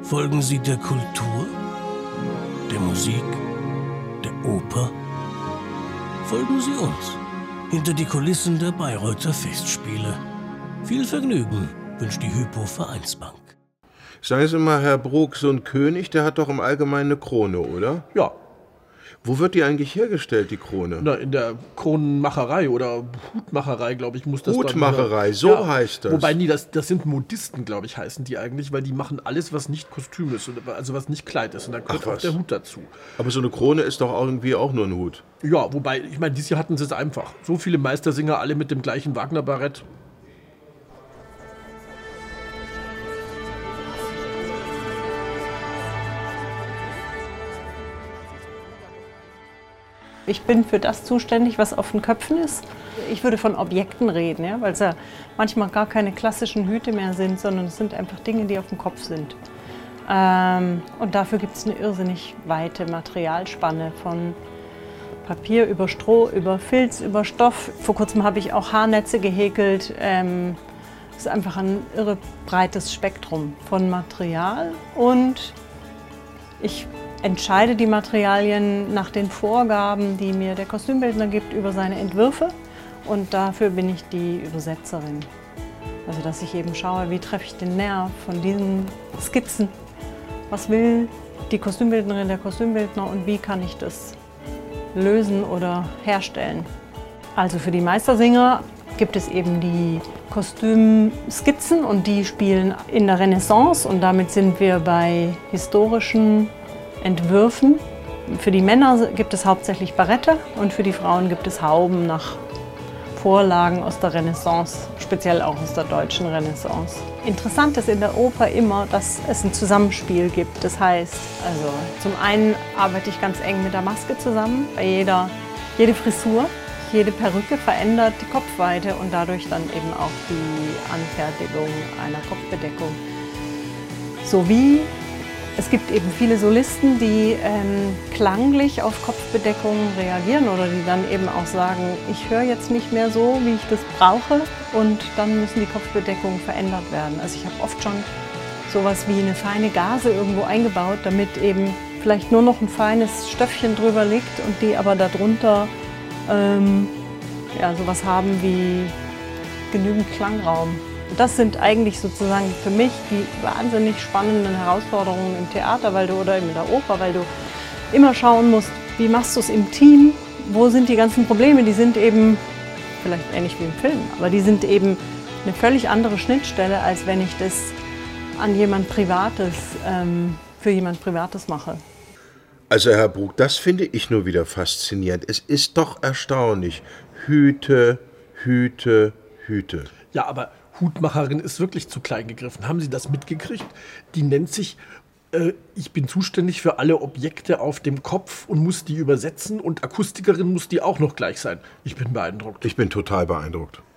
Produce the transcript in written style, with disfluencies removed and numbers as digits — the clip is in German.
Folgen Sie der Kultur, der Musik, der Oper? Folgen Sie uns hinter die Kulissen der Bayreuther Festspiele. Viel Vergnügen wünscht die Hypo Vereinsbank. Sagen Sie mal, Herr Brok, so ein König, der hat doch im Allgemeinen eine Krone, oder? Ja. Wo wird die eigentlich hergestellt, die Krone? Na, in der Kronenmacherei oder Hutmacherei, glaube ich, muss das Hutmacherei, dann, so heißt das. Wobei, nee, das sind Modisten, glaube ich, heißen die eigentlich, weil die machen alles, was nicht Kostüm ist, also was nicht Kleid ist. Und dann gehört auch der Hut dazu. Aber so eine Krone ist doch irgendwie auch nur ein Hut. Ja, wobei, ich meine, dieses Jahr hatten sie es einfach. So viele Meistersinger, alle mit dem gleichen Wagner-Barett. Ich bin für das zuständig, was auf den Köpfen ist. Ich würde von Objekten reden, ja, weil es ja manchmal gar keine klassischen Hüte mehr sind, sondern es sind einfach Dinge, die auf dem Kopf sind. Und dafür gibt es eine irrsinnig weite Materialspanne von Papier über Stroh, über Filz, über Stoff. Vor kurzem habe ich auch Haarnetze gehäkelt. Es ist einfach ein irre breites Spektrum von Material und ich entscheide die Materialien nach den Vorgaben, die mir der Kostümbildner gibt über seine Entwürfe und dafür bin ich die Übersetzerin. Also dass ich eben schaue, wie treffe ich den Nerv von diesen Skizzen, was will die Kostümbildnerin, der Kostümbildner und wie kann ich das lösen oder herstellen. Also für die Meistersinger gibt es eben die Kostümskizzen und die spielen in der Renaissance und damit sind wir bei historischen Entwürfen. Für die Männer gibt es hauptsächlich Barette und für die Frauen gibt es Hauben nach Vorlagen aus der Renaissance, speziell auch aus der deutschen Renaissance. Interessant ist in der Oper immer, dass es ein Zusammenspiel gibt. Das heißt, also zum einen arbeite ich ganz eng mit der Maske zusammen. Bei jede Frisur, jede Perücke verändert die Kopfweite und dadurch dann eben auch die Anfertigung einer Kopfbedeckung. Sowie es gibt eben viele Solisten, die klanglich auf Kopfbedeckungen reagieren oder die dann eben auch sagen, ich höre jetzt nicht mehr so, wie ich das brauche und dann müssen die Kopfbedeckungen verändert werden. Also ich habe oft schon sowas wie eine feine Gase irgendwo eingebaut, damit eben vielleicht nur noch ein feines Stöffchen drüber liegt und die aber darunter ja, sowas haben wie genügend Klangraum. Das sind eigentlich sozusagen für mich die wahnsinnig spannenden Herausforderungen im Theater oder in der Oper, weil du immer schauen musst, wie machst du es im Team, wo sind die ganzen Probleme, die sind eben vielleicht ähnlich wie im Film, aber die sind eben eine völlig andere Schnittstelle, als wenn ich das an jemand Privates, für jemand Privates mache. Also Herr Brok, das finde ich nur wieder faszinierend. Es ist doch erstaunlich. Hüte, Hüte, Hüte. Ja, aber Hutmacherin ist wirklich zu klein gegriffen. Haben Sie das mitgekriegt? Die nennt sich, ich bin zuständig für alle Objekte auf dem Kopf und muss die übersetzen und Akustikerin muss die auch noch gleich sein. Ich bin beeindruckt. Ich bin total beeindruckt.